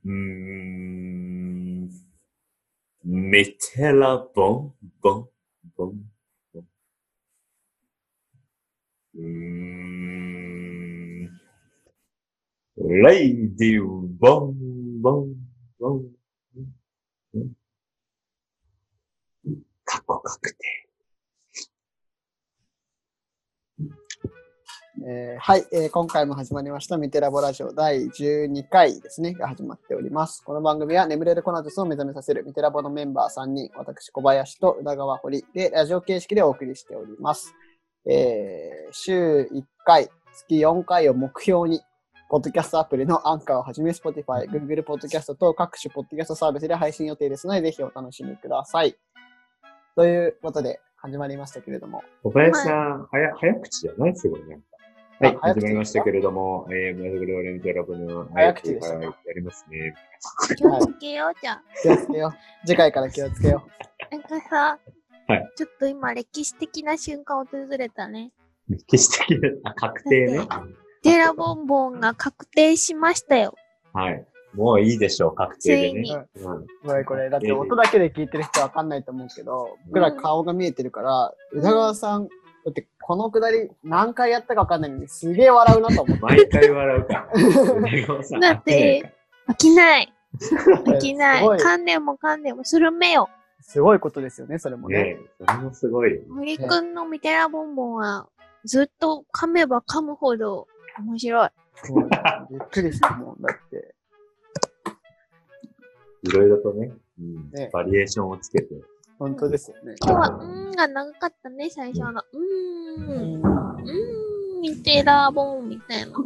うーん、メテラボン、ボン、ボン、ボン。うーん、レイディオ、ボン、ボン、ボン、ボン。過去確定。 はい、今回も始まりましたミテラボラジオ第12回ですね、が始まっております。この番組は眠れるコナトゥスを目覚めさせるミテラボのメンバー3人、私小林と宇田川堀でラジオ形式でお送りしております。週1回、月4回を目標に、ポッドキャストアプリのアンカーをはじめ Spotify、Google ポッドキャストと各種ポッドキャストサービスで配信予定ですので、ぜひお楽しみください。ということで、始まりましたけれども。 小林さん、早口じゃないすごいなんか。はい、始まりましたけれども、ブラジルオレンジラボの早口でした、 やりますね。 気をつけようじゃん。 気をつけよう。次回から気をつけよう。なんかさ、 はい、 ちょっと今歴史的な瞬間を訪れたね。 歴史的な、確定ね。 テラボンボンが確定しましたよ。 はい。もういいでしょう、確定でね。 これ、だって音だけで聞いてる人はわかんないと思うけど、僕ら顔が見えてるから、宇田川さん、だってこのくだり何回やったかわかんないのにすげえ笑うなと思って。 毎回笑うから。 だって、飽きない。飽きない。噛んでもするめよ。 すごいことですよね、それもね。 それもすごい。 森くんのミテラボンボンは、ずっと噛めば噛むほど面白い。 びっくりしたもん、だって。 いろいろとね、バリエーションをつけて。 本当ですよね。 今日は、が長かったね、最初の。ミテラボンみたいな。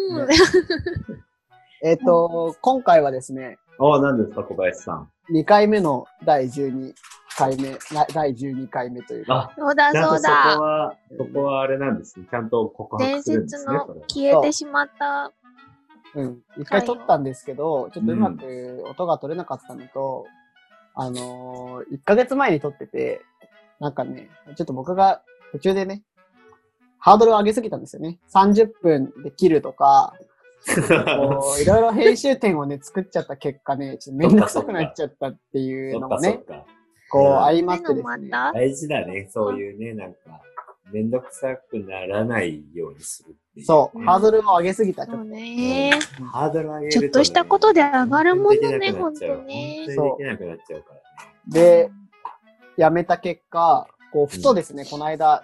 今回はですね。 何ですか、小林さん。 2回目の第12回目というか。 そうだ。 そこはあれなんですね。ちゃんと告白するんですね。 伝説の消えてしまった。 一回撮ったんですけど、ちょっとうまく音が取れなかったのと、1ヶ月前に撮ってて、なんかね、ちょっと僕が途中でね、ハードルを上げすぎたんですよね。30分で切るとか、いろいろ編集点をね、作っちゃった結果ね、ちょっとめんどくさくなっちゃったっていうのもね、相まってですね。 大事だね、そういうね、なんか、めんどくさくならないようにするっていう。 そう、ハードルを上げすぎた。 そうね。 ハードル上げると、 ちょっとしたことで上がるもんだね、ほんとね。 そう。できなくなっちゃうからね。 で、やめた結果、ふとですね、この間、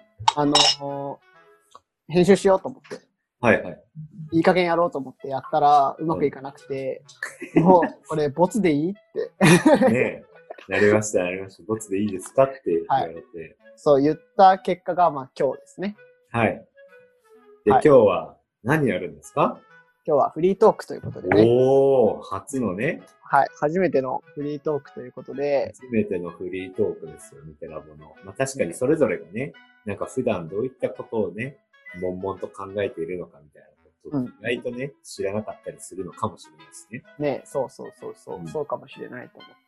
編集しようと思って。 はいはい。 いい加減やろうと思ってやったら、うまくいかなくて、もう、これ、ボツでいいって。 ねえ。なりました。ボツでいいですかって言われて。 そう、言った結果が、今日ですね。 はい。で、今日は何やるんですか？ 今日はフリートークということでね。 初のね。 はい。初めてのフリートークということで。 初めてのフリートークですよ、ミテラボの。確かにそれぞれがね、なんか普段どういったことをね、悶々と考えているのかみたいなことを意外とね、知らなかったりするのかもしれないですね。 ね、そうかもしれないと思って。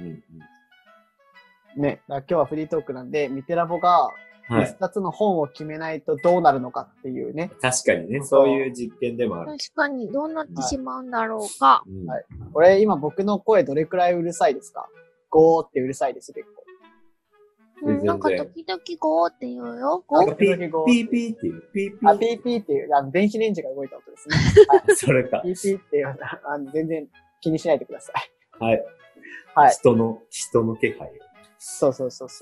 ね、だから今日はフリートークなんで、ミテラボが一冊の本を決めないとどうなるのかっていうね。 確かにね、そういう実験でもある。 確かに、どうなってしまうんだろうか。 はい。これ今僕の声どれくらいうるさいですか？ゴーってうるさいです、結構。 なんか時々ゴーって言うよ。 ゴー？ピーピーっていう。ピーピー。 ピーピーっていう、電子レンジが動いた音ですね。 それか。 ピーピーっていう、全然気にしないでください。 はい。 はい。 人の気配。 そう。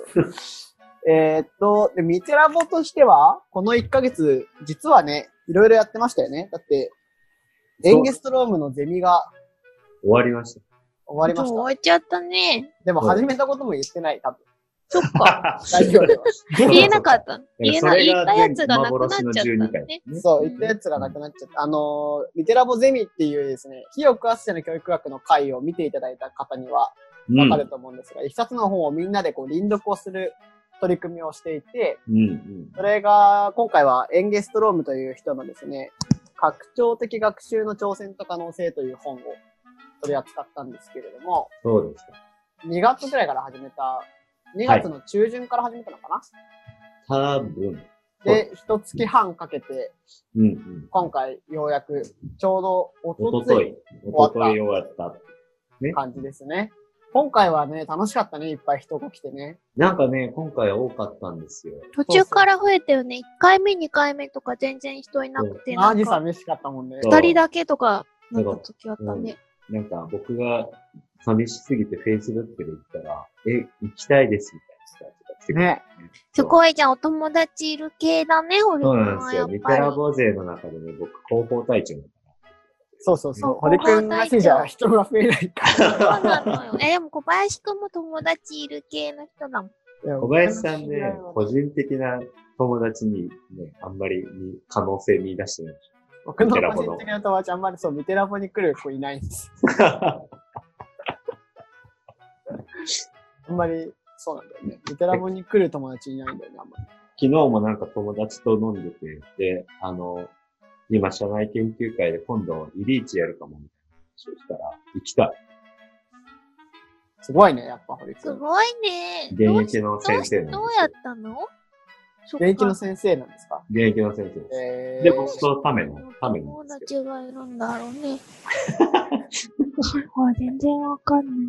で、ミテラボとしては、この1ヶ月、実はね、いろいろやってましたよね。だって、エンゲストロームのゼミが終わりました。 終わっちゃったね。 でも始めたことも言ってない、多分。 そっか。 大丈夫では。 言えなかった。言ったやつがなくなっちゃったね。 そう、言ったやつがなくなっちゃった。ミテラボゼミっていうですね、火を食わせての教育学の会を見ていただいた方にはわかると思うんですが、一冊の本をみんなで輪読をする取り組みをしていて、それが、今回はエンゲストロームという人のですね、拡張的学習の挑戦と可能性という本を取り扱ったんですけれども、 そうですか。 2月くらいから始めた、2月の中旬から始めたのかな、 多分。 で、1月半かけて、今回ようやく、ちょうどおととい終わった感じですね。今回はね、楽しかったね、いっぱい人が来てね。 なんかね、今回多かったんですよ。 途中から増えたよね。1回目、2回目とか全然人いなくて。 マジ寂しかったもんね。 2人だけとかなった時あったね。 なんか僕が寂しすぎて Facebook で言ったら、行きたいですみたいな人たちが来てくれてね。 すごいじゃん、お友達いる系だね、 堀君は。そうなんですよ。ミテラボ勢の中でね、僕広報隊長だから。 そうそうそう。堀君らしいじゃ人が増えないから。 そうなのよ。でも小林くんも友達いる系の人だもん。 小林さんね、個人的な友達にね、あんまり可能性見出してないでしょ。 僕の個人的な友達あんまりミテラボに来る子いないんです。あんまり、そうなんだよね。ミテラボに来る友達いないんだよね、あんまり。 昨日もなんか友達と飲んでて、で、今、社内研究会で今度、イリーチやるかもみたいな話をしたら、行きたい。 すごいね、やっぱ、堀君。 すごいね。 現役の先生なんですよ。 どうやったの？ 現役の先生なんですか？ 現役の先生です。で、僕とために。 友達がいるんだろうね。全然わかんない。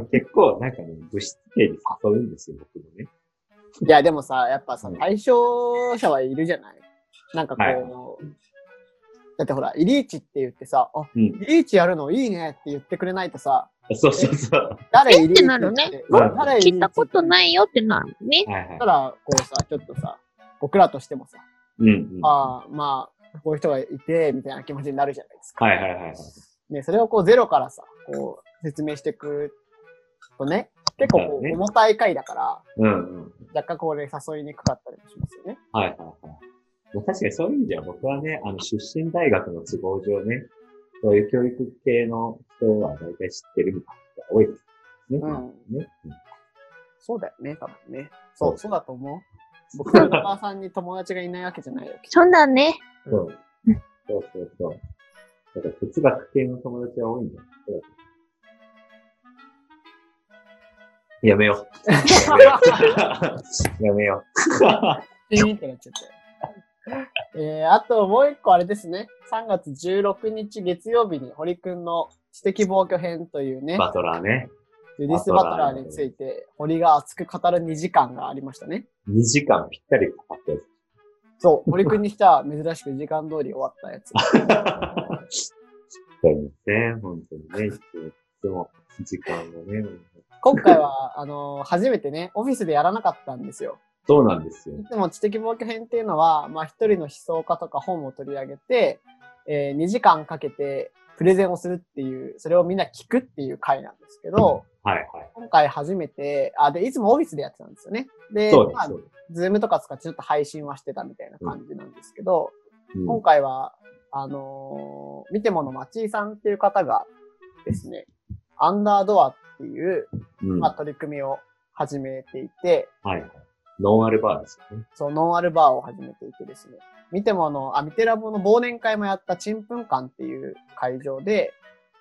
結構、なんかね、物質系に誘うんですよ、僕もね。 いや、でもさ、やっぱさ、対象者はいるじゃない？なんかこう、だってほら、イリーチって言ってさ、イリーチやるのいいねって言ってくれないとさ、 そうそうそう。 誰イリーチってなるね。聞いたことないよってなるね。 だから、こうさ、ちょっとさ、僕らとしてもさ、まあ、こういう人がいて、みたいな気持ちになるじゃないですか。ね、それをこうゼロからさ、こう説明していくとね、結構こう重たい回だから、若干こうね、誘いにくかったりもしますよね。 確かにそういう意味では僕はね、出身大学の都合上ね、そういう教育系の人は大体知ってるみたいな人が多いですね。 そうだよね、多分ね。そうだと思う。僕は中川さんに友達がいないわけじゃないよ。 そうだね。 そう。だから哲学系の友達が多いんだよ。やめよう。やめよう。 ってなっちゃったよ。あともう一個あれですね。3月16日月曜日に堀くんの知的防御編というね。 バトラーね。 ジュディス・バトラーについて堀が熱く語る2時間がありましたね。 2時間ぴったりかかったやつ。 そう、堀くんにしては珍しく時間通り終わったやつ。 そうですね、本当にね。いつも時間がね。 今回は、初めてね、オフィスでやらなかったんですよ。 そうなんですよ。 いつも知的防御編っていうのは、まあ一人の思想家とか本を取り上げて、2時間かけてプレゼンをするっていう、それをみんな聞くっていう回なんですけど、今回初めて、で、いつもオフィスでやってたんですよね。で、まあ、ズームとか使ってちょっと配信はしてたみたいな感じなんですけど、今回は、見てもの町井さんっていう方がですね、アンダードアっていう、まあ、取り組みを始めていて、 ノンアルバーですよね。 そう、ノンアルバーを始めていてですね。ミテラボの忘年会もやったちんぷん館っていう会場で、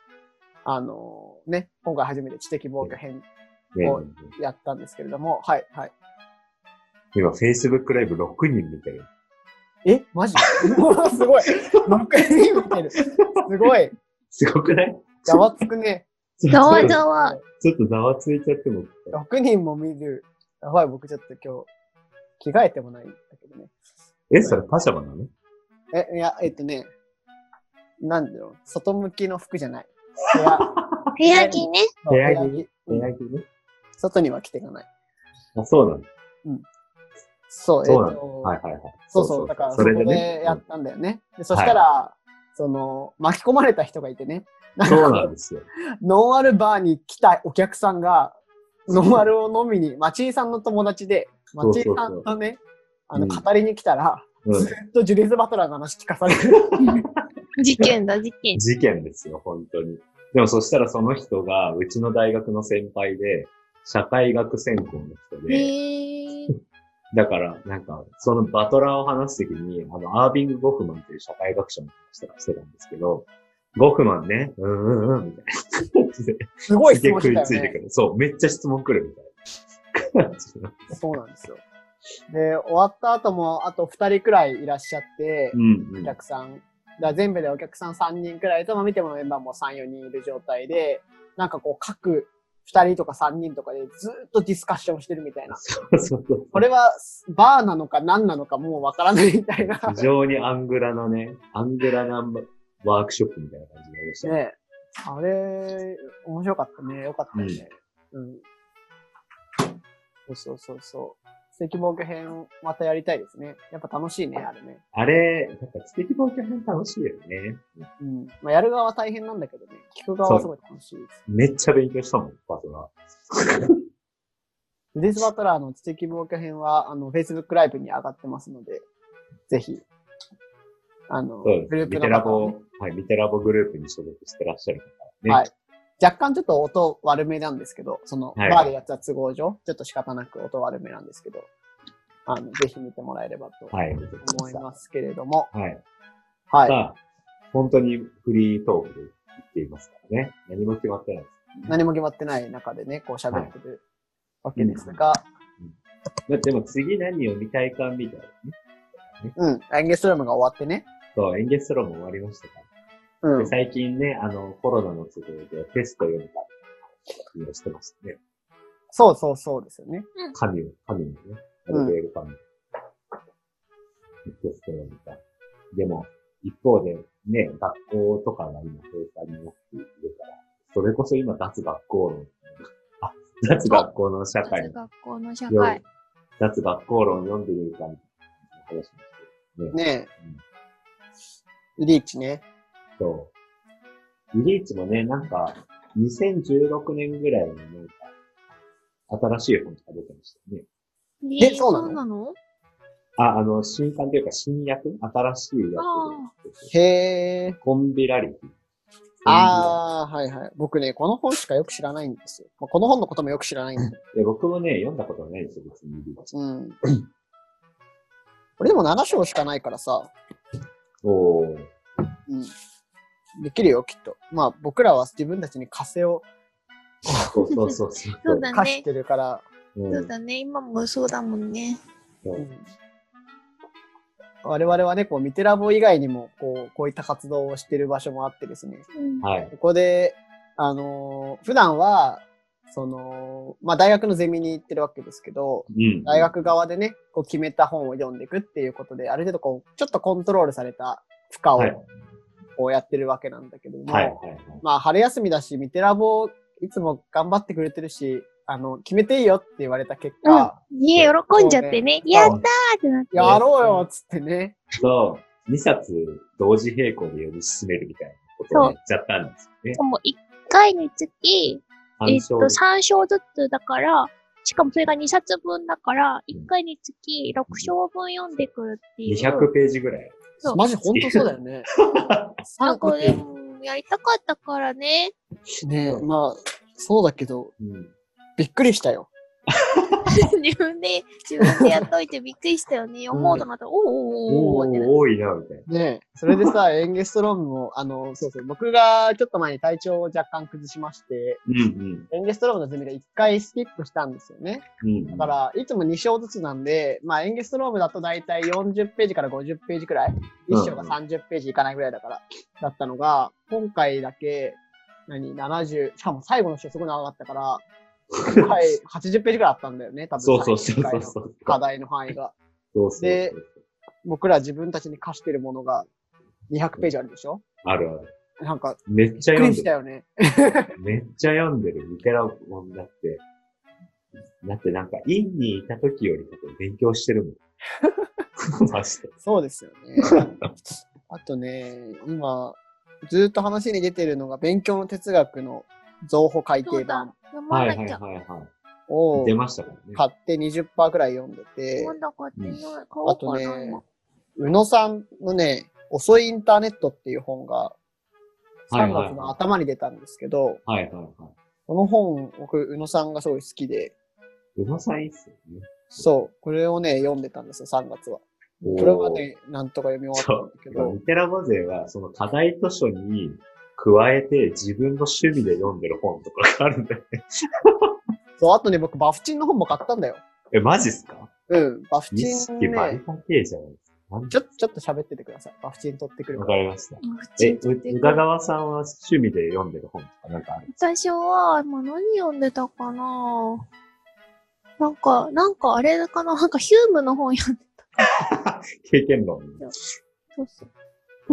ね、今回初めて知的防御編をやったんですけれども、 今、Facebook ライブ6人見てる。 マジすごい !6 人見てる。すごい。 すごくない？ ざわつくね。 ざわざわ。 ちょっとざわついちゃっても。 6人も見る。やばい、僕ちょっと今日、着替えてもないんだけどね。 それパジャマなの？ いや、なんだろう、外向きの服じゃない。 部屋着ね。 部屋着ね。 外には着ていかない。 そうなんだ。 そう、 そう、 だからそこでやったんだよね。そしたら、巻き込まれた人がいてね。 そうなんですよ。 ノンアルバーに来たお客さんが、ノンアルを飲みに、町井さんの友達で、町井さんとね、語りに来たら、ずっとジュディス・バトラーの話聞かされる。 事件だ、事件。 事件ですよ、本当に。でもそしたらその人が、うちの大学の先輩で、社会学専攻の人で、だから、なんか、そのバトラーを話すときに、アービング・ゴフマンという社会学者の人がしてたんですけど、ゴフマンね、みたいな感じで。 すごい質問してたよね。 食いついてくる。そう、めっちゃ質問来るみたいな。 そうなんですよ。 で、終わった後もあと2人くらいいらっしゃって、お客さん。全部でお客さん3人くらいと、見てもメンバーも3、4人いる状態で、なんかこう各2人とか3人とかでずっとディスカッションしてるみたいな。これはバーなのか何なのかもうわからないみたいな。 非常にアングラなワークショップみたいな感じになりましたね。 ね、あれ、面白かったね。よかったよね。そう。知的防御編またやりたいですね。やっぱ楽しいね、あれね。 あれ、やっぱ知的防御編楽しいよね。 やる側は大変なんだけどね、聞く側はすごい楽しいです。 めっちゃ勉強したもん、バトラー。 ジュディス・バトラーの知的防御編は、Facebook ライブに上がってますので、ぜひ、グループの方、ね、 ミテラボグループに所属してらっしゃる方ね。 はい。若干ちょっと音悪めなんですけど、バーでやった都合上、ちょっと仕方なく音悪めなんですけど、ぜひ見てもらえればと思いますけれども。 はい。はい。さあ、本当にフリートークで言っていますからね。何も決まってないです、 ね。何も決まってない中でね、こう喋ってるわけですが。 でも次何を見たいかみたいなね。エンゲストロームが終わってね。 そう、エンゲストローム終わりましたから。で最近ね、コロナの都合でテスト読んだりをしてましたね。 そうですよね。 神のね、アルベール神のテスト読んだ。でも、一方でね、学校とかが今閉鎖になっているから、それこそ今脱学校論。脱学校の社会。脱学校論読んでみるかみたいな話もしてるね。イリーチね。 そう。イリーチもね、なんか、2016年ぐらいになんか、新しい本とか出てましたよね。そうなの？ 新刊というか新訳？新しい訳で。へー。 コンビラリティ。 はいはい。僕ね、この本しかよく知らないんですよ。この本のこともよく知らないんですよ。 いや、僕もね、読んだことはないんですよ、別にイリーチ。 これでも7章しかないからさ。できるよ、きっと。僕らは自分たちに枷を課してるから。 そうだね、今もそうだもんね。 我々はね、ミテラボ以外にも、こういった活動をしてる場所もあってですね。ここで、普段は、大学のゼミに行ってるわけですけど、大学側でね、決めた本を読んでいくっていうことで、ある程度ちょっとコントロールされた負荷を、やってるわけなんだけども、春休みだし、ミテラボいつも頑張ってくれてるし、決めていいよって言われた結果。 喜んじゃってね。やったーってなって。 やろうよっつってね。 そう。2冊同時並行で読み進めるみたいなことをやっちゃったんですよね。 もう1回につき、3章ずつだから、しかもそれが2冊分だから、1回につき6章分読んでくるっていう。 200ページぐらい。 マジほんとそうだよね。 なんかでも、やりたかったからね。 ねえ、そうだけど、びっくりしたよ。 自分でやっといてびっくりしたよね。読もうとなったら、 多いな、みたいな。ねえ、それでさ、エンゲストロームも、僕がちょっと前に体調を若干崩しまして、エンゲストロームのゼミが1回スキップしたんですよね。だから、いつも2章ずつなんで、エンゲストロームだとだいたい40ページから50ページくらい、1章が30ページいかないぐらいだったのが、今回だけ、70、しかも最後の章すごい長かったから、80ページぐらいあったんだよね、多分。 そう課題の範囲が。で、僕ら自分たちに課してるものが200ページあるでしょ？ あるある。 なんか、 めっちゃ読んでる。 びっくりしたよね。 めっちゃ読んでる。ミテラボンだって。だってなんか、院にいた時より勉強してるもん。マジで。 そうですよね。あとね、今、ずっと話に出てるのが、勉強の哲学の増補改訂版。 出ましたからね。 買って 20% くらい読んでて。あとね、宇野さんのね、遅いインターネットっていう本が、3月の頭に出たんですけど、この本、僕、宇野さんがすごい好きで。 宇野さんいいっすよね。 そう。これをね、読んでたんですよ、3月は。これはね、なんとか読み終わったんだけど。 ミテラボ勢は、その課題図書に加えて自分の趣味で読んでる本とかがあるんだよね。 そう、あとね、僕、バフチンの本も買ったんだよ。 マジっすか？ バフチ意識バリンね、 バ系じゃないですか。 ちょっと喋っててください。バフチン取ってくるわか。 からりました。宇田川さんは趣味で読んでる本とかなんかある？ 私は、何読んでたかな。なんかあれかな、なんかヒュームの本読んでた。 経験論。 そうそう。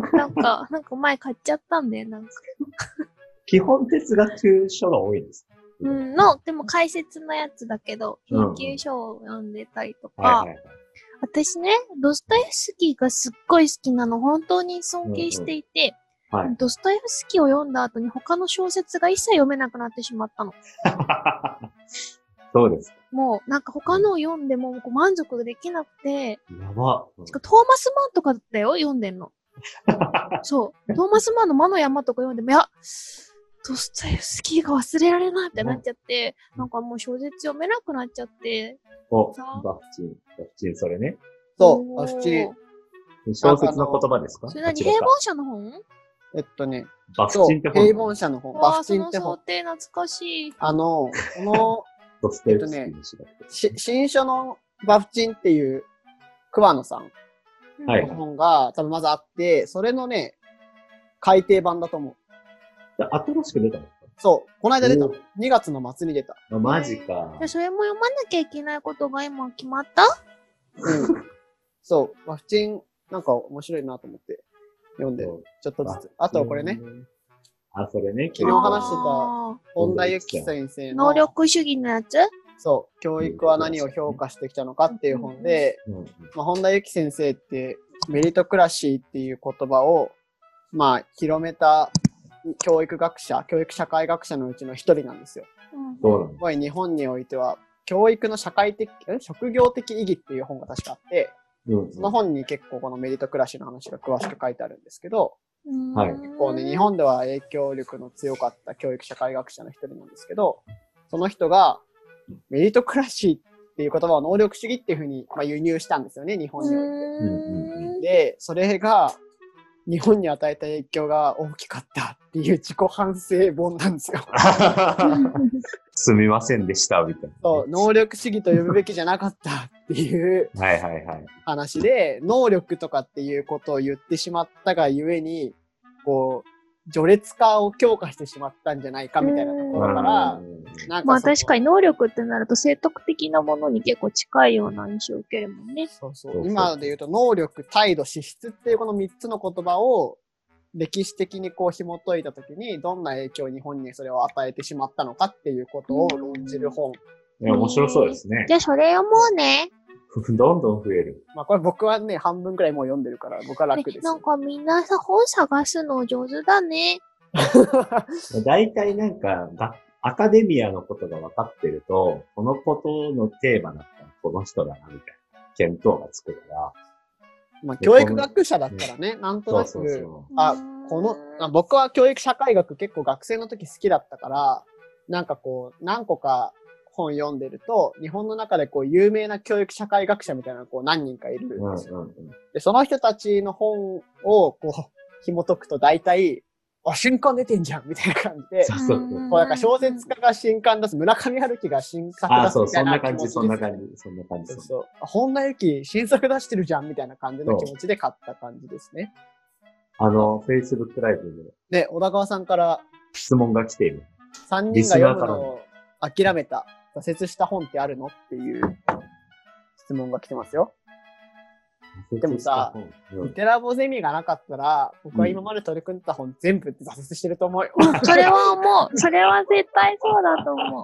なんか前買っちゃったんだよ、なんか。 基本哲学書が多いです。 でも解説のやつだけど、研究書を読んでたりとか、 はいはいはい、 私ね、ドストエフスキーがすっごい好きなの、本当に尊敬していて、はい、ドストエフスキーを読んだ後に他の小説が一切読めなくなってしまったの。 そうです。 もう、なんか他のを読んでも満足できなくて、 やば。 しかもトーマス・マンとかだったよ、読んでんの。そう。トーマス・マンの魔の山とか読んでも、いや、ドストエフスキーが忘れられないってなっちゃって、なんかもう小説読めなくなっちゃって。 バフチン、それね。 そう、バフチン。 小説の言葉ですか？ それ何？平凡社の本？ バフチンって本。 平凡社の本。バフチンって本。 その想定懐かしい。 この、 ドストエフスキーの詩だって。 新書のバフチンっていう桑野さんの本が多分まずあって、それのね、改訂版だと思う。 新しく出たの？ そう。この間出た。2月の末に出た。 マジか。 それも読まなきゃいけないことが今決まった？ そう。バフチン、なんか面白いなと思って読んでる。ちょっとずつ。あとこれね。 それね。 昨日話してた本田由紀先生の。 能力主義のやつ？ そう。教育は何を評価してきたのかっていう本で、本田由紀先生ってメリトクラシーっていう言葉を、広めた教育社会学者のうちの一人なんですよ。すごい日本においては、教育の職業的意義っていう本が確かあって、その本に結構このメリトクラシーの話が詳しく書いてあるんですけど、結構ね、日本では影響力の強かった教育社会学者の一人なんですけど、その人がメリトクラシーっていう言葉を能力主義っていうふうに輸入したんですよね、日本において。で、それが、日本に与えた影響が大きかったっていう自己反省本なんですよ。 すみませんでした、みたいな。 そう、能力主義と呼ぶべきじゃなかったっていう話で、能力とかっていうことを言ってしまったがゆえに、序列化を強化してしまったんじゃないかみたいなところから、 確かに能力ってなると生徳的なものに結構近いような印象を受けるもんね。 そうそう。今で言うと能力、態度、資質っていうこの3つの言葉を歴史的に紐解いたときにどんな影響を日本にそれを与えてしまったのかっていうことを論じる本。 面白そうですね。 じゃあそれ読もうね。 どんどん増える。 これ僕はね、半分くらいもう読んでるから僕は楽です。 なんかみんな本探すの上手だね。 大体なんか、アカデミアのことが分かってると、このことのテーマだったらこの人だな、みたいな見当がつくから。 教育学者だったらね、なんとなく、僕は教育社会学結構学生の時好きだったから、何個か本読んでると、日本の中で有名な教育社会学者みたいな何人かいるんですよ。で、その人たちの本を紐解くと大体、新刊出てんじゃんみたいな感じで、なんか小説家が新刊出す、村上春樹が新作出すみたいな気持ちです。 そんな感じ。 そう。本田由紀新作出してるじゃんみたいな感じの気持ちで買った感じですね。 Facebook ライブで、小田川さんから質問が来ている。 3人が読むのを諦めた、挫折した本ってあるのっていう質問が来てますよ。でもさ、ミテラボゼミがなかったら、僕は今まで取り組んでた本全部挫折してると思うよ。 それは思う。それは絶対そうだと思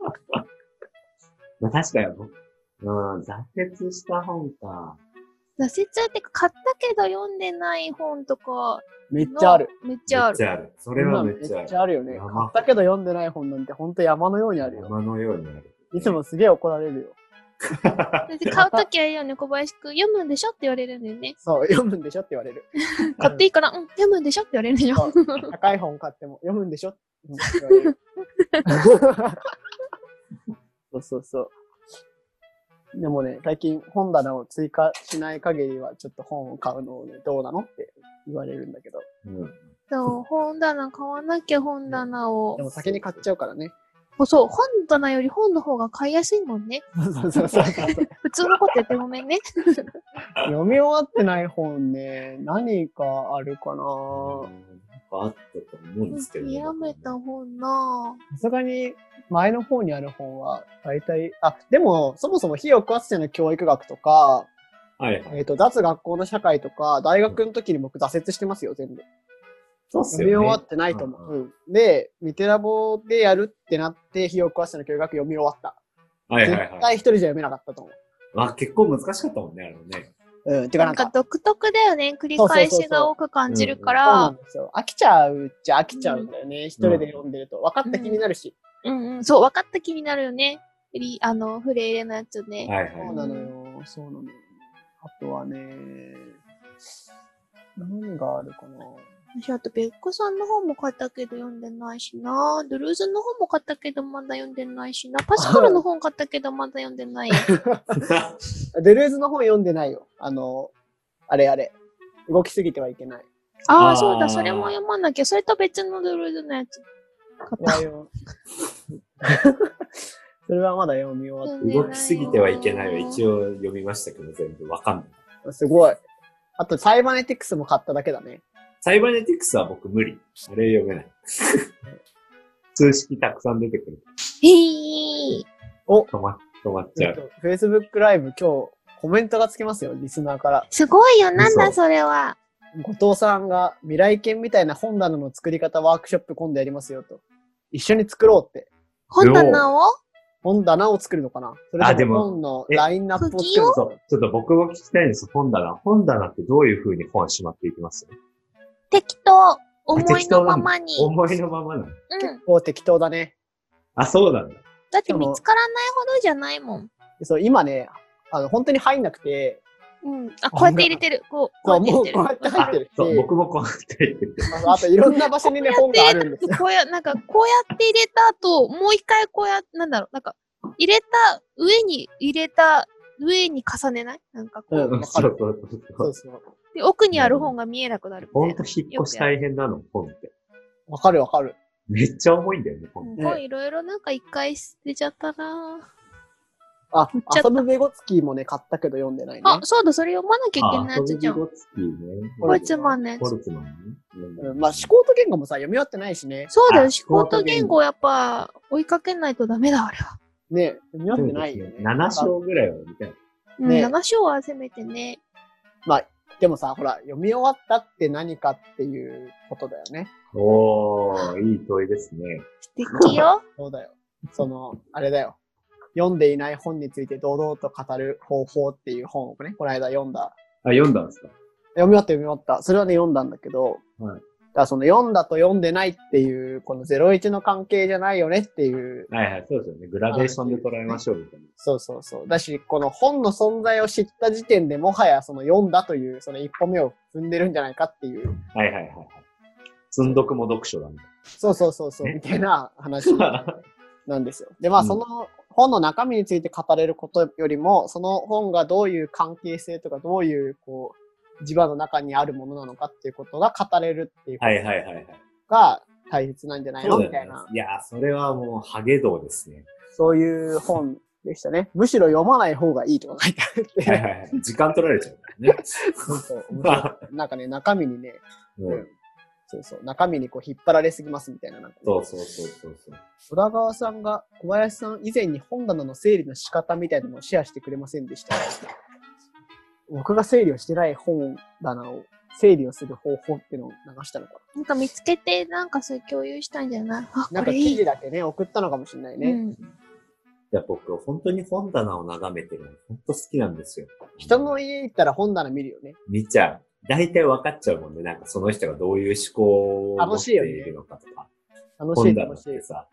う。確かに、挫折した本か。 挫折って買ったけど読んでない本とか。 めっちゃある。 めっちゃある。 それはめっちゃある。 めっちゃあるよね。買ったけど読んでない本なんてほんと山のようにあるよ。 山のようにある。 いつもすげえ怒られるよ。 買うときはいいよね、小林くん。読むんでしょって言われるんだよね。 そう、読むんでしょって言われる。 買っていいから、読むんでしょって言われるんだよ。 高い本買っても、読むんでしょって言われる。そう。でもね、最近本棚を追加しない限りはちょっと本を買うのをね、どうなのって言われるんだけど。 そう、本棚買わなきゃ本棚を。 でも先に買っちゃうからね。 そう、本棚より本の方が買いやすいもんね。 そう。 普通のこと言ってごめんね。 読み終わってない本ね、何かあるかな。 なんかあったと思うんですけどね。 やめた本なさすがに前の方にある本は大体、でもそもそも非抑圧性の教育学とか、 はいはい。 脱学校の社会とか、大学の時に僕挫折してますよ、全部。 そうっすよね。 読み終わってないと思う。で、ミテラボでやるってなって、非抑圧性の教育学読み終わった。 はいはいはい。 絶対一人じゃ読めなかったと思う。 結構難しかったもんね、 てかなんか独特だよね。繰り返しが多く感じるから。 そうなんですよ。飽きちゃうっちゃ飽きちゃうんだよね。一人で読んでると。分かった気になるし。 そう、分かった気になるよね。フレ入れのやつね。 はいはい。 そうなのよ。あとはね、何があるかな。 私、あと、ベックさんの本も買ったけど読んでないしな。ドゥルーズの本も買ったけどまだ読んでないしな。パスカルの本買ったけどまだ読んでない。 デルーズの本読んでないよ。あれ。動きすぎてはいけない。 そうだ、それも読まなきゃ。それと別のドゥルーズのやつ。買った。 それはまだ読み終わって。 動きすぎてはいけないは一応読みましたけど、全部わかんない。 すごい。あと、サイバネティクスも買っただけだね。 サイバネティクスは僕無理。あれ読めない。数式たくさん出てくる。止まっちゃう。 Facebook ライブ今日コメントがつきますよ、リスナーから。 すごいよ、なんだそれは。 後藤さんが未来犬みたいな本棚の作り方ワークショップ今度やりますよと。一緒に作ろうって。 本棚を作るのかな。それでも本のラインナップを作るのかな。 ちょっと僕も聞きたいんです。本棚ってどういう風に本しまっていきます？ 適当。思いのままに。 思いのままなの。 結構適当だね。 そうなんだ。 だって見つからないほどじゃないもん。 そう、今ね、本当に入んなくて。 こうやって入れてる。こうやって入れてる。 こうやって入ってる。 そう、僕もこうやって入ってる。 あといろんな場所にね、本があるんですよ。 こうやって入れた後、もう一回入れた上に重ねないなんかこう。 そう。 で、奥にある本が見えなくなる。 ほんと引っ越し大変なの、本って。 わかる。 めっちゃ重いんだよね、本。 もういろいろ一回捨てちゃったな遊ぶベゴツキーもね、買ったけど読んでないね。 そうだ、それ読まなきゃいけないやつじゃん。 遊ぶベゴツキーね。 ホルツマンのやつ。 ね。 思考と言語もさ、読み終わってないしね。 そうだよ、思考と言語やっぱ追いかけないとダメだ、あれは。 ね、読み終わってないよね。 7章ぐらいは見たい。 7章はせめてね。 でもさ、ほら、読み終わったって何かっていうことだよね。 いい問いですね。 素敵よ。 そうだよ。あれだよ。読んでいない本について堂々と語る方法っていう本をね、この間読んだ。 読んだんですか？ 読み終わった。それはね、読んだんだけど、 はい。 だから読んだと読んでないっていう、この01の関係じゃないよねっていう。 はい、そうですよね。グラデーションで捉えましょうみたいな。 そう。だし、この本の存在を知った時点でもはや読んだという、一歩目を踏んでるんじゃないかっていう。 はい。積んどくも読書だね。 そう、みたいな話なんですよ。で、その本の中身について語れることよりも、その本がどういう関係性とか、どういう、磁場の中にあるものなのかっていうことが語れるっていうことが大切なんじゃないのみたいな。 いや、それはもうハゲ道ですね。 そういう本でしたね。むしろ読まない方がいいとか書いてあって。 時間取られちゃうからね。 そう。なんかね、中身にね、中身に引っ張られすぎますみたいな。 そう。 小田川さんが小林さん以前に本棚の整理の仕方みたいなのをシェアしてくれませんでした。僕が整理をしてない本棚を整理をする方法っていうのを流したのかな。見つけて、それ共有したんじゃない？ 記事だけね、送ったのかもしれないね。 いや、僕、本当に本棚を眺めてるの、本当好きなんですよ。 人の家行ったら本棚見るよね。 見ちゃう。大体分かっちゃうもんね。その人がどういう思考を持っているのかとか。 楽しいさ。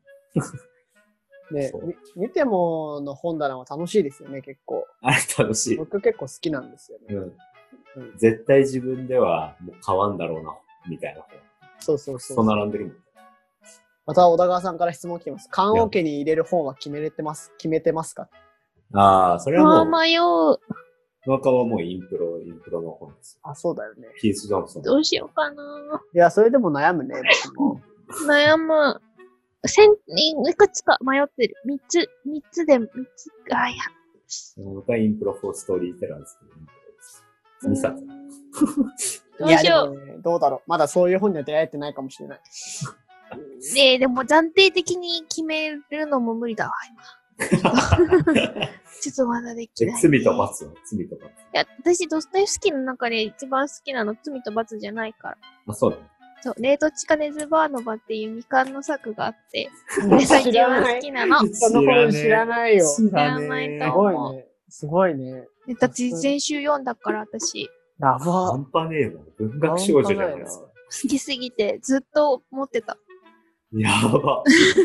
ね、見てもの本棚は楽しいですよね、結構。 あれ楽しい。 僕結構好きなんですよね。 絶対自分ではもう買わんだろうな、みたいな本。そう並んでるもん。 また小田川さんから質問来てます。棺桶に入れる本は決めてますか？ それはもう。 迷う。 中はもうインプロの本です。 そうだよね。 キース・ジョンソン。 どうしようかな。 いや、それでも悩むね、僕も。 悩む。 いくつか迷ってる。三つで、あ、いや。 僕はインプロフォーストーリーテラーですけど、2冊。 どうしよう。 でもね、どうだろう。まだそういう本には出会えてないかもしれない。 ねえ、でも暫定的に決めるのも無理だわ、今。ちょっとまだできない、ね。 罪と罰は罪と罰。いや、私、ドストエフスキーの中で一番好きなの、罪と罰じゃないから。 あ、そうだね。 そう、レートチカネズバーノバっていう未完の作があって、それが一番好きなの。 その本知らないよ。 知らないと思う。 すごいね。 だって先週読んだから、私。 やば。 半端ねえな。文学少女じゃないですか。 好きすぎて、ずっと持ってた。 やば。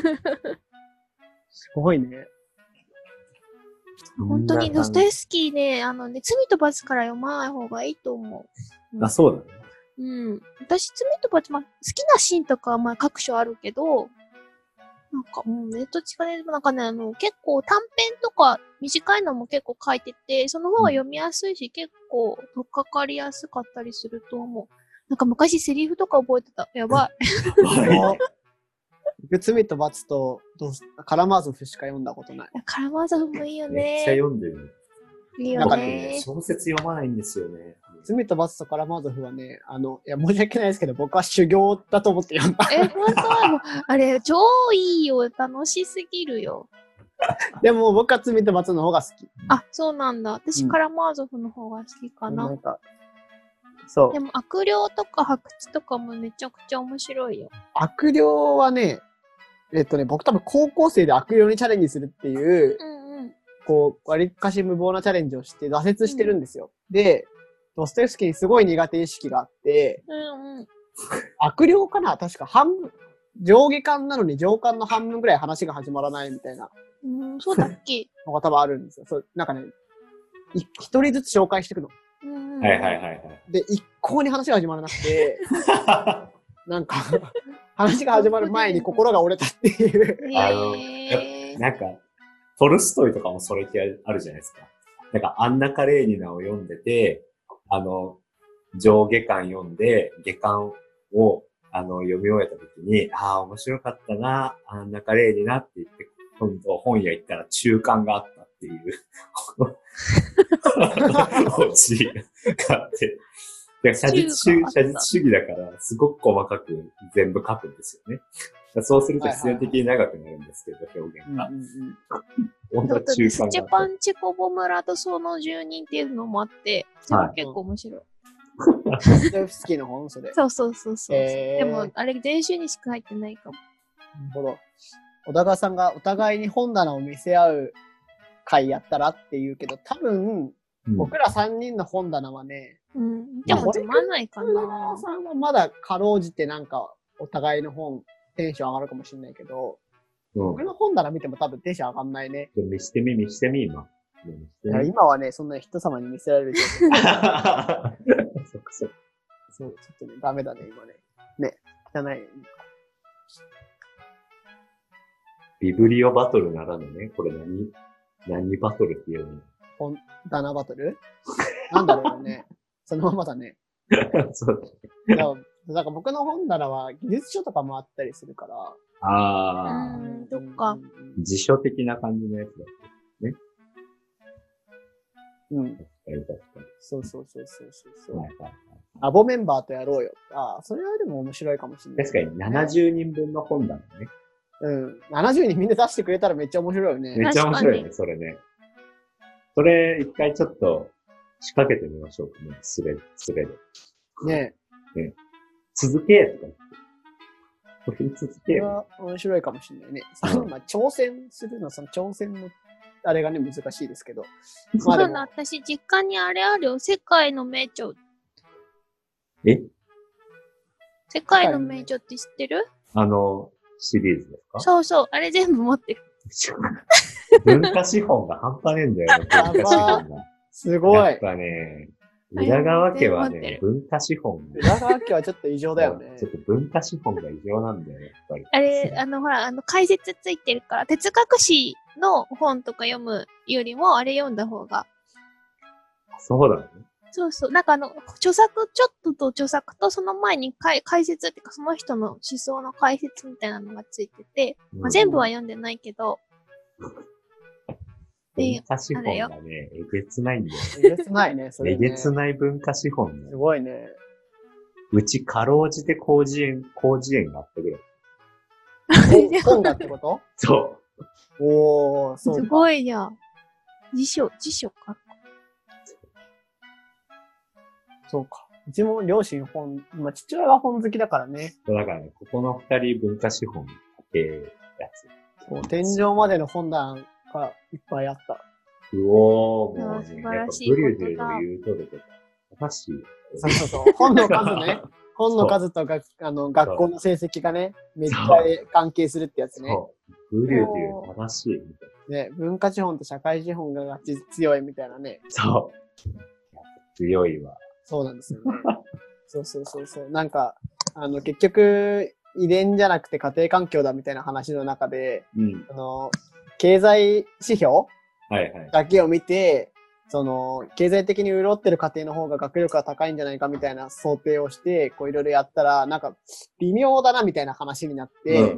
すごいね。 本当にドストエフスキーね、罪と罰から読まない方がいいと思う。 あ、そうだね。 うん。私、罪と罰、好きなシーンとかは各所あるけど、なんか、レートチカネズバーなんかね、結構短編とか短いのも結構書いてて、その方が読みやすいし、結構とっかかりやすかったりすると思う。なんか昔セリフとか覚えてた。やばい。 罪と罰とカラマーゾフしか読んだことない。 カラマーゾフもいいよね。 めっちゃ読んでる。 いいよね。 小説読まないんですよね。 罪と罰とカラマーゾフはね、いや、申し訳ないですけど、僕は修行だと思って読んだ。 本当はあれ、超いいよ。楽しすぎるよ。 でも、僕は罪と罰の方が好き。 あ、そうなんだ。私、カラマーゾフの方が好きかな。 なんか、そう。 でも、悪霊とか白痴とかもめちゃくちゃ面白いよ。 悪霊はね、僕多分高校生で悪霊にチャレンジするっていう、割かし無謀なチャレンジをして挫折してるんですよ。で、ドストエフスキーにすごい苦手意識があって、悪霊かな確か上下巻なのに上巻の半分ぐらい話が始まらないみたいな。 そうだっけのが多分あるんですよ。そう、なんかね、一人ずつ紹介していくの。で、一向に話が始まらなくて、なんか、話が始まる前に心が折れたっていう。 なんか、トルストイとかもそれ系あるじゃないですか。なんか、アンナ・カレーニナを読んでて、上下巻読んで、下巻を、読み終えた時に、面白かったな、アンナ・カレーニナって言って、今度本屋行ったら中巻があったっていう、オチがあって、写実主義だから、すごく細かく全部書くんですよね。そうすると必然的に長くなるんですけど、表現が。 本当は中間スチェパンチコボ村とその住人っていうのもあって、それも結構面白い。 ドストエフスキーの本それ。 そう。でも、あれ、全集にしか入ってないかも。 なるほど。小田川さんがお互いに本棚を見せ合う会やったらって言うけど、多分、僕ら3人の本棚はね、 でもつまんないかな。 小田川さんはまだかろうじてなんか、お互いの本、テンション上がるかもしれないけど、僕の本棚見ても多分テンション上がんないね。 見してみ、今。 今はね、そんな人様に見せられる状況。そう、ちょっとね、ダメだね、今ね。ね、汚い。 ビブリオバトルならぬね、これ何バトルっていうの？ 本棚バトルなんだろうね。そのままだね。 そうだから僕の本棚は技術書とかもあったりするから。 どっか。 辞書的な感じのやつだったね。確かに。 そう。アボメンバーとやろうよ。それはでも面白いかもしれない。 確かに70人分の本棚ね。 70人みんな出してくれたらめっちゃ面白いよね。 めっちゃ面白いね、それね。それ一回ちょっと仕掛けてみましょうかね、スレで。 ね。 続けとか言って。これ続けは面白いかもしれないね。挑戦するの、その挑戦の、あれがね、難しいですけど。 そうなの、私、実家にあれあるよ。世界の名著。世界の名著って知ってる？ シリーズですか？ そう。あれ全部持ってる。 文化資本が半端ねえんだよね、文化資本が。 すごい。 やっぱね、裏川家はね、文化資本。 裏川家はちょっと異常だよね。 ちょっと文化資本が異常なんだよね、やっぱり。 あれ、ほら、解説ついてるから、哲学史の本とか読むよりも、あれ読んだ方が。 そうだね。 そうそう。なんか著作、ちょっとと著作とその前に解説っていうか、その人の思想の解説みたいなのがついてて、まあ、全部は読んでないけど、 文化資本がね、えげつないんだよ。 えげつないね、それ、ね。 えげつない文化資本ね。 すごいね。 うちかろうじて広辞苑があったぐらい。 本がってこと？ そう。 おー、そうか。 すごいじゃん。辞書か。 そうか。うちも両親本、まあ、父親が本好きだからね。 だからね、ここの二人文化資本ってやつ。 そう、天井までの本棚がいっぱいあった。 うおー、もうね、 素晴やっぱらしいことだブリュージュの言うとること。正しい。 そうそうそう。本の数ね。本の数と学校の成績がね、めっちゃ関係するってやつね。 そう。ブリュージュ正しいみたいな。 ね、文化資本と社会資本が強いみたいなね。 そう。強いわ。 そうなんですよね。そう。なんか、結局、遺伝じゃなくて家庭環境だみたいな話の中で、 うん。 経済指標はいはい。 だけを見て、経済的に潤ってる家庭の方が学力が高いんじゃないかみたいな想定をして、こういろいろやったら、なんか、微妙だなみたいな話になって、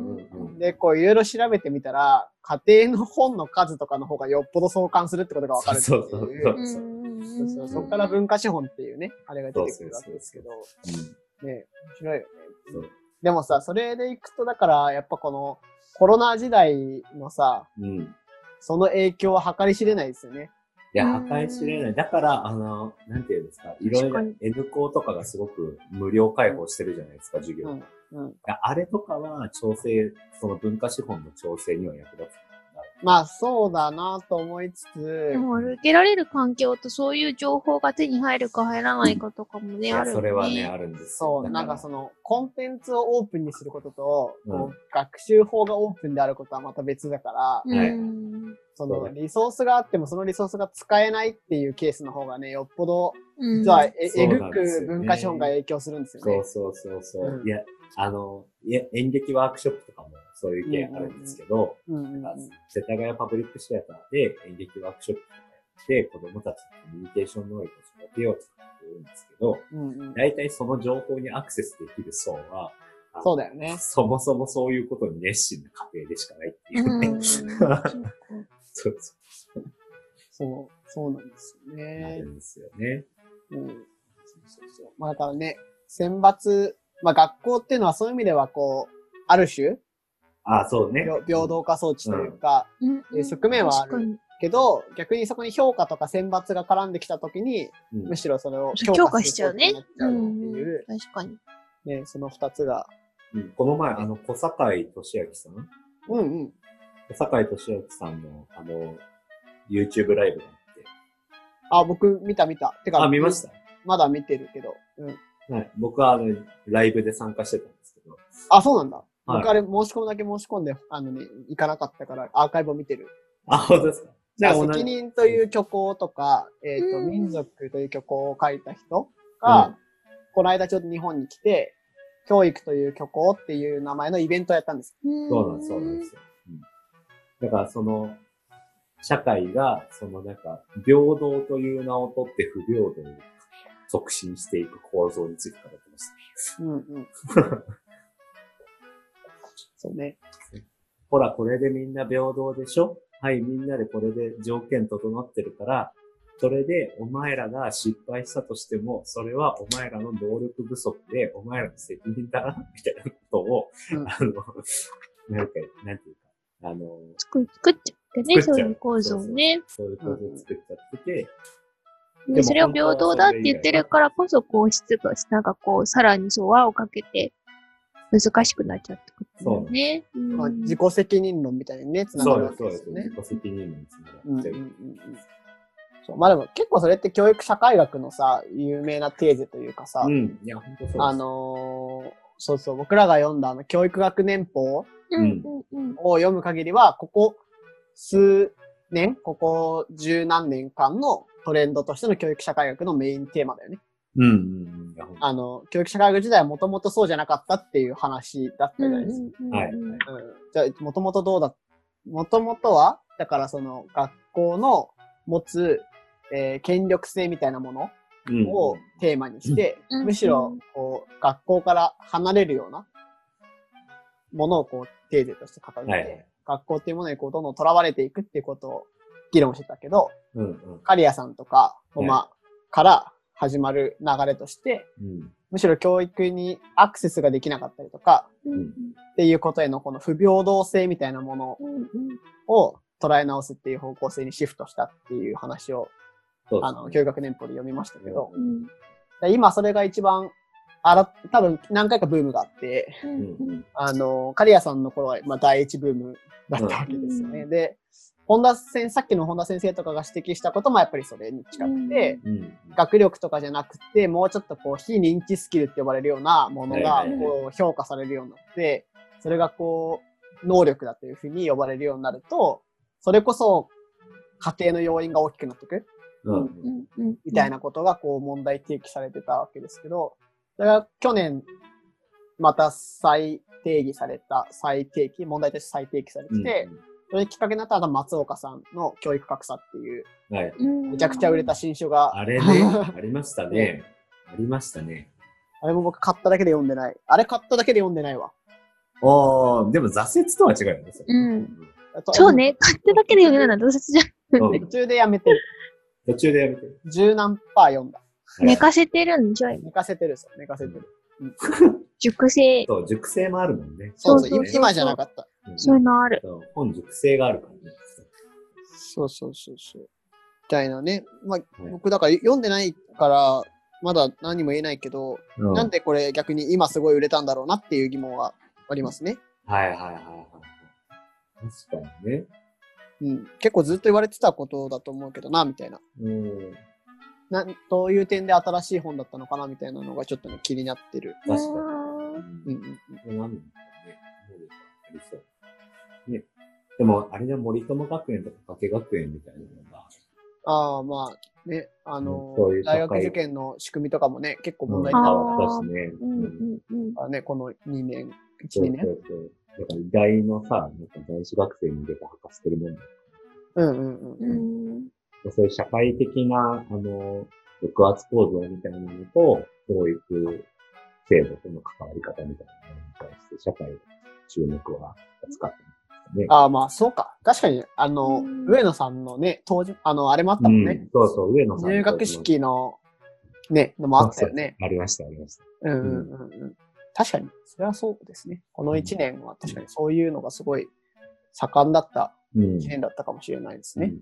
で、こういろいろ調べてみたら、家庭の本の数とかの方がよっぽど相関するってことがわかるっていう。 そうそこから文化資本っていうね、あれが出てくるわけですけど、ね、面白いよね。でもさ、それでいくと、だから、やっぱこのコロナ時代のさ、その影響は計り知れないですよね。 いや、計り知れない。だから、なんていうんですか、いろいろ N 校とかがすごく無料開放してるじゃないですか、授業。あれとかはその文化資本の調整には役立つ。 まあ、そうだなと思いつつ。 でも、受けられる環境とそういう情報が手に入るか入らないかとかもね、あるよね。 それはね、あるんですよ。 そう、なんかコンテンツをオープンにすることと、学習法がオープンであることはまた別だから、リソースがあってもそのリソースが使えないっていうケースの方がね、よっぽど、実はえぐく文化資本が影響するんですよね。 そう。いや、演劇ワークショップとかもそういう系あるんですけど、世田谷パブリックシアターで演劇ワークショップとかやって子供たちのコミュニケーション能力を育てようとか言うんですけど、大体その情報にアクセスできる層は、 そうだよね。 そもそもそういうことに熱心な家庭でしかないっていうね。 そうなんですよね。 なるんですよね。 まあだからね、選抜、まあ学校っていうのはそういう意味ではこう、ある種、 そうね。 平等化装置というか、側面はあるけど、逆にそこに評価とか選抜が絡んできたときに、むしろそれを強化しちゃうね。 っていう。 確かに。 ね、その二つが。 この前、小坂井俊明さん小坂井俊明さんの、YouTube ライブがあって。僕見た。てか、 見ました？ まだ見てるけど。 はい。僕はライブで参加してたんですけど。 そうなんだ。僕あれ申し込むだけ申し込んで、行かなかったからアーカイブを見てる。 本当ですか？ じゃあ、責任という虚構とか、民族という虚構を書いた人が、この間ちょっと日本に来て、教育という虚構っていう名前のイベントをやったんです。 そうなんですよ。だから社会が、平等という名を取って不平等を促進していく構造について語ってました。 そうね。 ほら、これでみんな平等でしょ？はい、みんなでこれで条件整ってるから、それでお前らが失敗したとしても、それはお前らの能力不足で、お前らの責任だな、みたいなことを、なんていうか、 作っちゃってね、そういう構造をね。 そういう構造を作っちゃってて、 でそれを平等だって言ってるからこそ、質が、さらに輪をかけて、難しくなっちゃってくるんだよね。 自己責任論みたいにね、つながるわけですね。 自己責任論につながってる。 まあでも結構それって教育社会学のさ、有名なテーゼというかさ、 いや、本当そう、僕らが読んだ教育学年報を読む限りは、ここ十何年間のトレンドとしての教育社会学のメインテーマだよね。教育社会学時代はもともとそうじゃなかったっていう話だったじゃないですか。じゃあ、もともとは、だからその学校の持つ、権力性みたいなものをテーマにして、 うんむしろこう学校から離れるようなものをこうテーゼとして掲げて、 はいはい、 学校っていうものにこうどんどん囚われていくっていうことを議論してたけど、 うんうん、 刈谷さんとかホマから始まる流れとして、むしろ教育にアクセスができなかったりとか、っていうことへのこの不平等性みたいなものを捉え直すっていう方向性にシフトしたっていう話を、教育学年報で読みましたけど、今それが一番、多分何回かブームがあって、刈谷さんの頃は、第一ブームだったわけですよね。で、さっきの本田先生とかが指摘したこともやっぱりそれに近くて、学力とかじゃなくて、もうちょっとこう、非認知スキルって呼ばれるようなものが、こう、評価されるようになって、それがこう、能力だというふうに呼ばれるようになると、それこそ、家庭の要因が大きくなっていく。みたいなことがこう、問題提起されてたわけですけど、それが去年、また再定義された、問題として再提起されてて、それきっかけになったのは松岡さんの教育格差っていう、めちゃくちゃ売れた新書が。 あれね、ありましたね。ありましたね。 あれも僕買っただけで読んでない。あれ買っただけで読んでないわ。 でも挫折とは違うよね。 そうね、買っただけで読めないのは挫折じゃん。 途中でやめてる。10何パー読んだ。 寝かせてるんじゃい。 寝かせてる。 熟成。 そう、熟成もあるもんね。 そう、今じゃなかった。 そういうのある。 本熟成があるからね。 そう。みたいなね。僕だから読んでないから、まだ何も言えないけど、なんでこれ逆に今すごい売れたんだろうなっていう疑問はありますね。 はい。確かにね。 結構ずっと言われてたことだと思うけどな、みたいな。どういう点で新しい本だったのかな、みたいなのがちょっとね、気になってる。 確かに。何ね。ありそう。ね。でも、あれで森友学園とか加計学園みたいなのが。 ね、大学受験の仕組みとかもね、結構問題になったしね。この1、2年。そう。 だから医大のさ、なんか男子学生に出て博士てるもんだ。そういう社会的な、抑圧構造みたいなのと、教育制度との関わり方みたいなのに対して、社会の注目は使ってますね。 そうか。確かに、上野さんのね、当時、あれもあったもんね。 そう、上野さん。 入学式の、ね、のもあったよね。 ありました。 確かに、それはそうですね。この1年は確かにそういうのがすごい盛んだった1年だったかもしれないですね。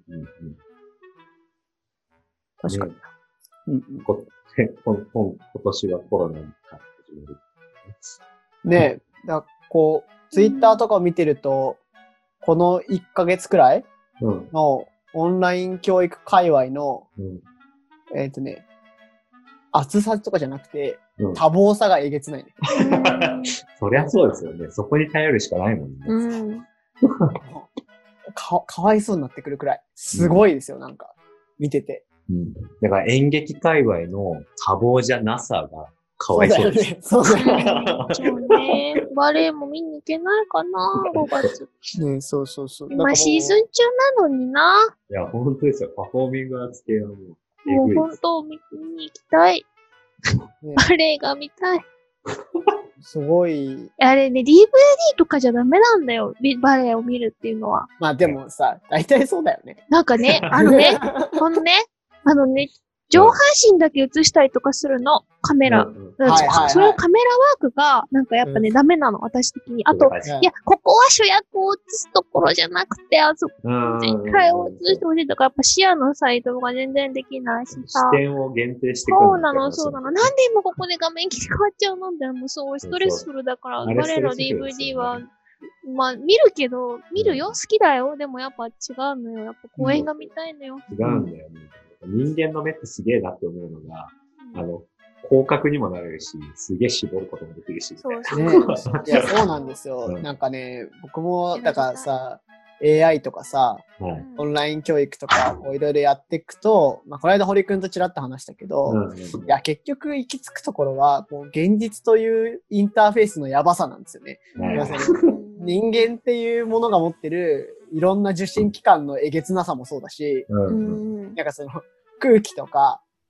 確かに。 今年はコロナから始める。 ねえ、ツイッターとかを見てると、この1ヶ月くらいのオンライン教育界隈の、厚さとかじゃなくて、多忙さがえげつないね。 そりゃそうですよね。そこに頼るしかないもんね。 かわいそうになってくるくらい。すごいですよ、なんか。見てて。 だから演劇界隈の多忙じゃなさがかわいそうです。 そうだよね。 そうね。バレエも見に行けないかな、5月。 ね、そう。 今シーズン中なのにな。 いや、本当ですよ。パフォーミングアーツ系はもう本当見に行きたい。バレエが見たい。 すごい。 あれね、DVD とかじゃダメなんだよ。バレエを見るっていうのは。 でもさ、大体そうだよね。 なんかね、上半身だけ映したりとかするの、カメラ。それをカメラワークが、なんかやっぱね、ダメなの、私的に。あと、いや、ここは主役を映すところじゃなくて、全体を映してほしいとか、やっぱ視野のサイトが全然できないしさ。 視点を限定してくる。 そうなの。なんで今ここで画面切り替わっちゃうのみたいな、もうすごいストレスフルだから、バレエの DVD は、見るけど、見るよ、好きだよ。でもやっぱ違うのよ。やっぱ公演が見たいのよ。 違うんだよね。人間の目ってすげえなって思うのが、広角にもなれるし、すげえ絞ることもできるし。 そういや、そうなんですよ。なんかね、僕も、だからさ、AI とかさ、オンライン教育とか、いろいろやっていくと、この間堀くんとちらっと話したけど、いや、結局行き着くところは、現実というインターフェースのやばさなんですよね。人間っていうものが持ってる、いろんな受信機関のえげつなさもそうだし、なんかその空気とか、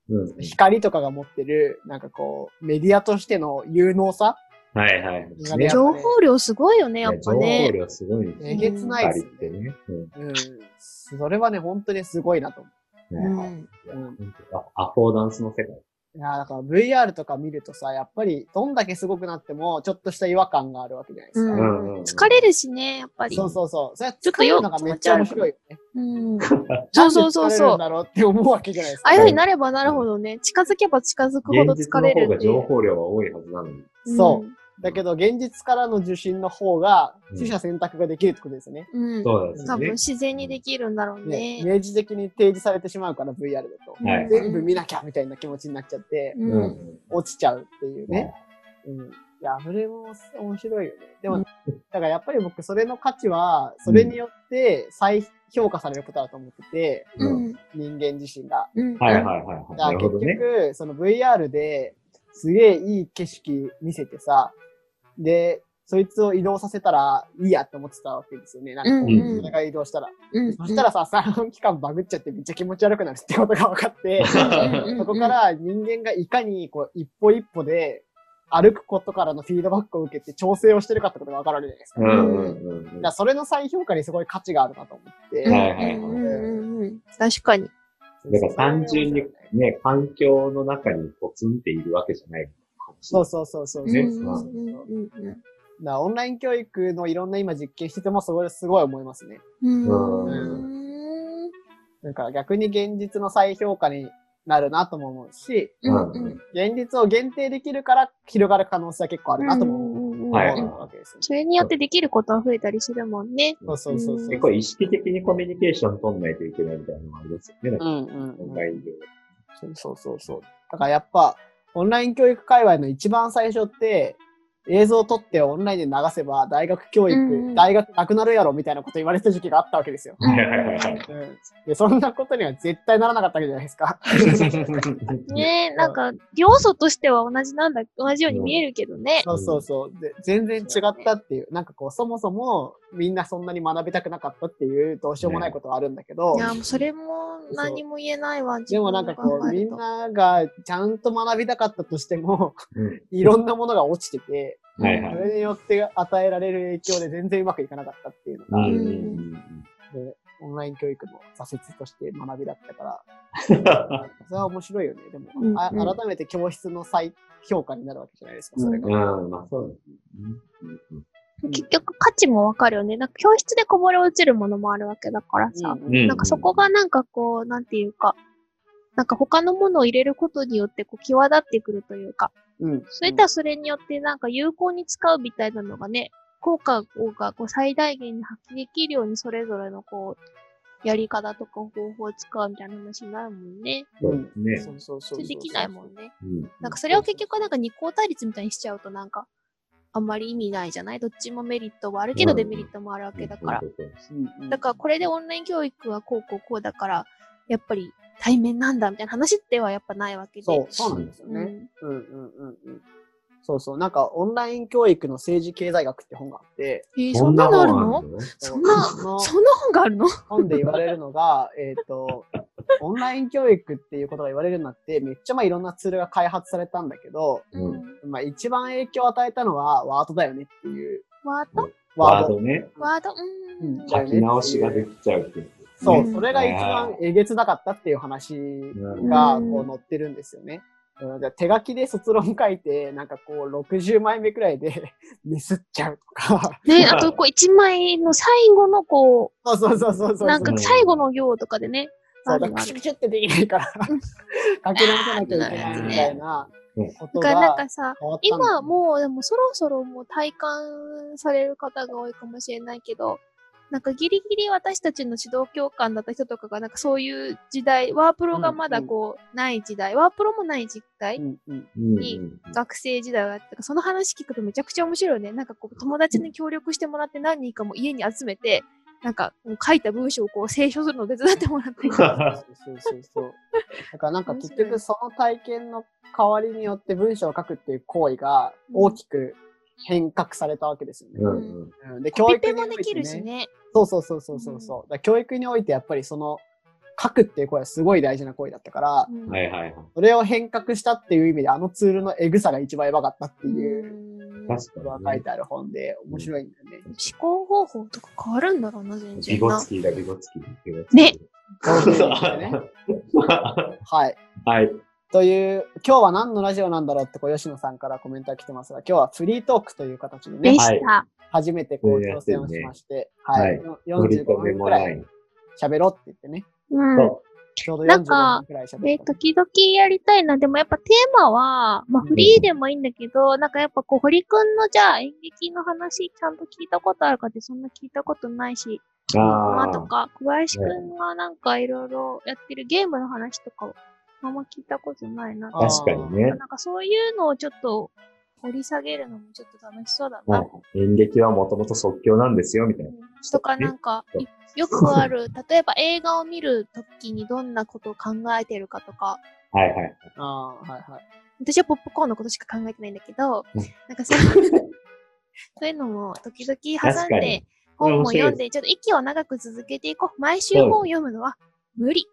うん。 光とかが持ってる、なんかこう、メディアとしての有能さはいはい。 ね情報量すごいよね、やっぱ情報ね。 量すごいですね。 えげつないですよ光ってね。 うん。それはね、本当にすごいなと思うん。 うんはい。いや本当アフォーダンスの世界。 う。いや、だから VR とか見るとさ、やっぱりどんだけすごくなっても、ちょっとした違和感があるわけじゃないですか。 うん疲れるしね、やっぱり。 そうそうそう。それはちょっと疲れるのがめっちゃ面白いよね。 うん。 なんでそうそうそう疲れるそう。 んだろうって思うわけじゃないですか。 ああいう風になればなるほどね、近づけば近づくほど現実疲の方がれるっていう。 情報量が多いはずなのに。 そう。だけど、現実からの受信の方が、 うん取捨選択ができるってことですよね。 うん。 そうですね。 多分自然にできるんだろうね、 ね。 明示的に提示されてしまうから VR だと。 はい全部見なきゃみたいな気持ちになっちゃって、 う。 うんん。 落ちちゃうっていうね。 はいうん。いや、それも面白いよね。でも、だからやっぱり僕、それの価値は、それによって再評価されることだと思ってて、 うん。 人間自身が。 うん。 はいはいはいはい。 だから結なるほどね。 局、その VR ですげえいい景色見せてさ、で、そいつを移動させたらいいやって思ってたわけですよね。なんかこう、 うんそれが移動したら。 うん。 そしたらさ、三半期間バグっちゃってめっちゃ気持ち悪くなるってことが分かって、 うんそこから人間がいかにこう一歩一歩で歩くことからのフィードバックを受けて調整をしてるかってことが分かるわけじゃないですか。 うんうんうんだからそれの再評価にすごい価値があるなと思って。 うん。 はいはいはいうん。確かに。 だから単純にね、環境の中にポツンっているわけじゃないかもしれない。 そうそうそうそう。 ねうんだかうんらオンライン教育のいろんな今実験しててもすごい思いますね。 うん。 だから逆に現実の再評価になるなとも思うし、 うん。 現実を限定できるから広がる可能性は結構あるなとも思うはいわけですよね。 それによってできることは増えたりするもんね。 そうそうそうそう。 結構意識的にコミュニケーション取んないといけないみたいなのがありますよね。なんかオンラインで。 そうそうそう。だからやっぱ、オンライン教育界隈の一番最初って、映像を撮ってオンラインで流せば大学教育、大学なくなるやろみたいなこと言われてた時期があったわけですよ。 はいはいはいはい。 で、そんなことには絶対ならなかったわけじゃないですか。 ねえ、なんか、要素としては同じように見えるけどね。 そうそうそう。で、全然違ったっていう、なんかこう、そもそもみんなそんなに学びたくなかったっていうどうしようもないことはあるんだけど、 いや、もうそれも何も言えないわ。 でもなんかこう、みんながちゃんと学びたかったとしても、 うんいろんなものが落ちてて、 はいはいそれによって与えられる影響で全然うまくいかなかったっていうのが、でオンライン教育の挫折として学びだったから、それは面白いよね。でも、改めて教室の再評価になるわけじゃないですか、それが。 まあそうですね。 結局価値もわかるよね。なんか教室でこぼれ落ちるものもあるわけだからさ。なんかそこがなんかこう、なんていうか、なんか他のものを入れることによってこう際立ってくるというか、それとはそれによってなんか有効に使うみたいなのがね、効果がこう最大限に発揮できるようにそれぞれのこう、やり方とか方法を使うみたいな話になるもんね。 そうですね。 そうそうそれできないもんね。 うんなんかそれを結局なんか二項対立みたいにしちゃうとなんか、あんまり意味ないじゃない？どっちもメリットはあるけどデメリットもあるわけだから。だからこれでオンライン教育はこうだから、やっぱり対面なんだみたいな話ではやっぱないわけで。 そうなんですよね。そうそう。なんか、オンライン教育の政治経済学って本があって、 そんなのあるの？そんな本があるの？ 本で言われるのが、オンライン教育っていうことが言われるようになって、めっちゃいろんなツールが開発されたんだけど、一番影響を与えたのはワードだよねっていう。 ワードね。 ワード、 書き直しができちゃうっていう。 そう、それが一番えげつなかったっていう話がこう載ってるんですよね。手書きで卒論書いて、なんかこう60枚目くらいでミスっちゃうとか。 ね、あとこう1枚の最後のこう、そうなんか最後の行とかでね。 そうだ、クシュクシュってできないから、書き直さなきゃいけないみたいなことが。 なんかさ、今もうでもそろそろもう体感される方が多いかもしれないけど、なんかギリギリ私たちの指導教官だった人とかがなんかそういう時代、ワープロがまだこうない時代、ワープロもない時代に学生時代があって、その話聞くとめちゃくちゃ面白いよね。なんかこう友達に協力してもらって何人かも家に集めて、なんか書いた文章をこう清書するのを手伝ってもらったりとか。 そう。だからなんか結局その体験の代わりによって文章を書くっていう行為が大きく変革されたわけですよね。 で、教育もできるしね。 そう。だ教育においてやっぱりその書くっていう行為はすごい大事な行為だったから、 うんはいはいはい。 それを変革したっていう意味で、あのツールのエグさが一番やばかったっていう確ことがかにね。 書いてある本で面白いんだよね。 思考方法とか変わるんだろうな、全ビ然な。 ゴツキだ、ビゴツキ。ビゴツキね。 そういう意味でね。はい。 はい。 という、今日は何のラジオなんだろうって、吉野さんからコメントが来てますが、今日はフリートークという形でねで、した。 初めてこう挑戦をしまして、はい。 取り留 45 め分くらいもない。 喋ろうって言ってね。 うん。 そちょうど45 なんか分くらい喋った。 時々やりたいな。でもやっぱテーマは、まあフリーでもいいんだけど、なんかやっぱこう、堀くんのじゃあ演劇の話ちゃんと聞いたことあるかってそんな聞いたことないし、 う。あとか、小林くんがなんかいろいろやってるゲームの話とかあんま聞いたことないな。 あー確かにね。 なんかそういうのをちょっと掘り下げるのもちょっと楽しそうだな。 はい。演劇はもともと即興なんですよ、みたいな。 とかなんか、よくある、例えば映画を見るときにどんなことを考えてるかとか、 はいはい。 ああ、はいはい。 私はポップコーンのことしか考えてないんだけどうん、 なんかそういうのも時々挟んで確かに。 本を面白い読んで、ちょっと息を長く続けていこう。毎週本を読むのは無理。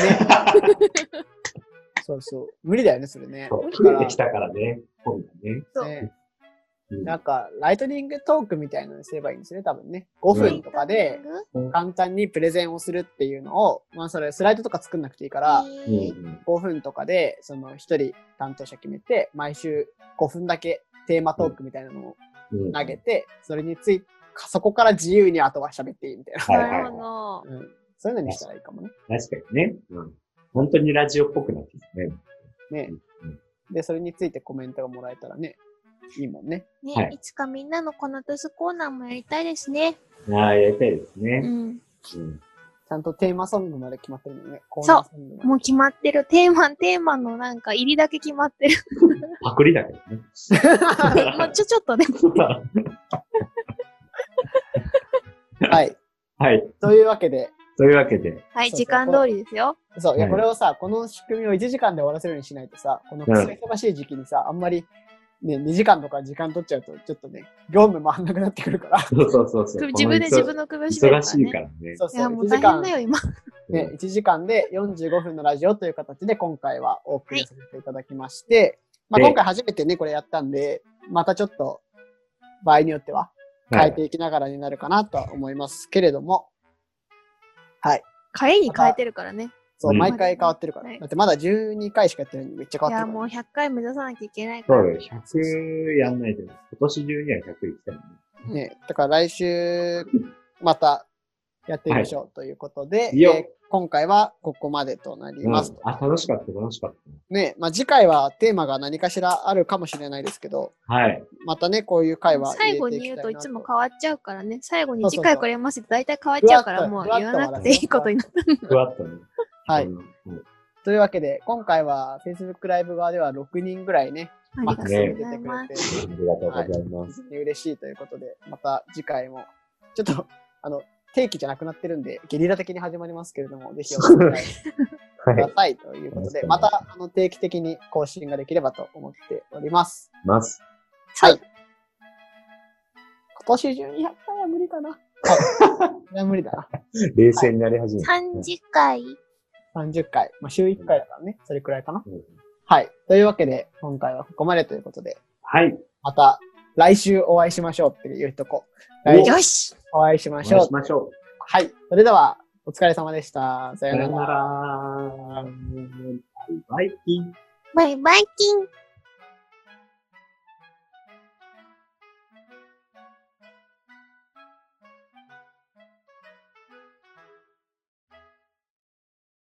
そうそう。無理だよね、それね。 そう増えてきたからね、本がね。 そう。 ねうんなんか、ライトニングトークみたいなのにすればいいんですね、多分ね。5分とかで簡単にプレゼンをするっていうのを、まあそれスライドとか作んなくていいから、 うんうん 5分とかで、その1人担当者決めて、毎週5分だけテーマトークみたいなのをうん投げて、それについて、そこから自由にあとは喋っていいみたいな。 はいなるほど。 うん、そういうのにしたらいいかもね。 確かにね。うん。本当にラジオっぽくなってきたね。 ねうんで、それについてコメントがもらえたらね、いいもんね。 ね、 はいいつかみんなのこのトスコーナーもやりたいですね。 ああ、やりたいですうね。 ん。 うん。 ちゃんとテーマソングまで決まってるのね。コーナーソングまでもう決まってる。テーマのなんか入りだけ決まってる。 パクリだけどね。 まあちょっとね。 はい。 はい。 というわけで、 というわけで、 はい、 そうそう時間通りですよ。 そう、いや、 はいこれをさ、この仕組みを1時間で終わらせるようにしないとさ、この忙しい時期にさ、あんまり、ね、2時間とか時間取っちゃうと、ちょっとね、業務回んなくなってくるから。 そうそうそうそう。 自分で自分の首を絞める忙しいからね。 そうそう、 いや、もう 1時間大変だ、よ、今。 ね、1時間で45分のラジオという形で今回はお送りさせていただきまして、まあ、 で今回初めてね、これやったんで、またちょっと場合によっては変えていきながらになるかなとは思いますけれども、はい。 帰りに変えてるからね。 そう、 うん毎回変わってるから。 はいだってまだ12回しかやってないのにめっちゃ変いや、 わってるから。 もう100回目指さなきゃいけないから。 そうだよ。100やんないと。今年中には100行きたいね。 ね、だから来週、またやってみましょうということで、 いいよ今回はここまでとなります。 うんあ、楽しかった、楽しかっね、まあ、次回はテーマが何かしらあるかもしれないですけど、 た。はい。 またね、こういう回は最後に言うといつも変わっちゃうからね。最後に次回これ読ませて大体変わっちゃうからもう言わなくていいことになった。 ふわっとね。 はい。 うんうんというわけで、今回は Facebook ライブ側では6人ぐらいね、 ありがとうごマックスで出ざいてくれて、 ます。 ありがとうございます。 嬉しいということで、また次回も、ちょっと、定期じゃなくなってるんで、ゲリラ的に始まりますけれども、ぜひお付き合いくはい。 ださいということで、また定期的に更新ができればと思っております。 ます。 はい。今年中に100回は無理かな。はい。それは無理だな。 冷静になり始めた。 30回。 30回。まあ、週1回だからね。それくらいかな。 うんはい。というわけで、今回はここまでということで、 はい。 また来週お会いしましょうっていうとこ。 お来週よしお会いしまおしょう会いし。ましょう。 はい。それでは、お疲れ様でした。ささよなようなら。 ら。バイバイキン。 バイバイキン。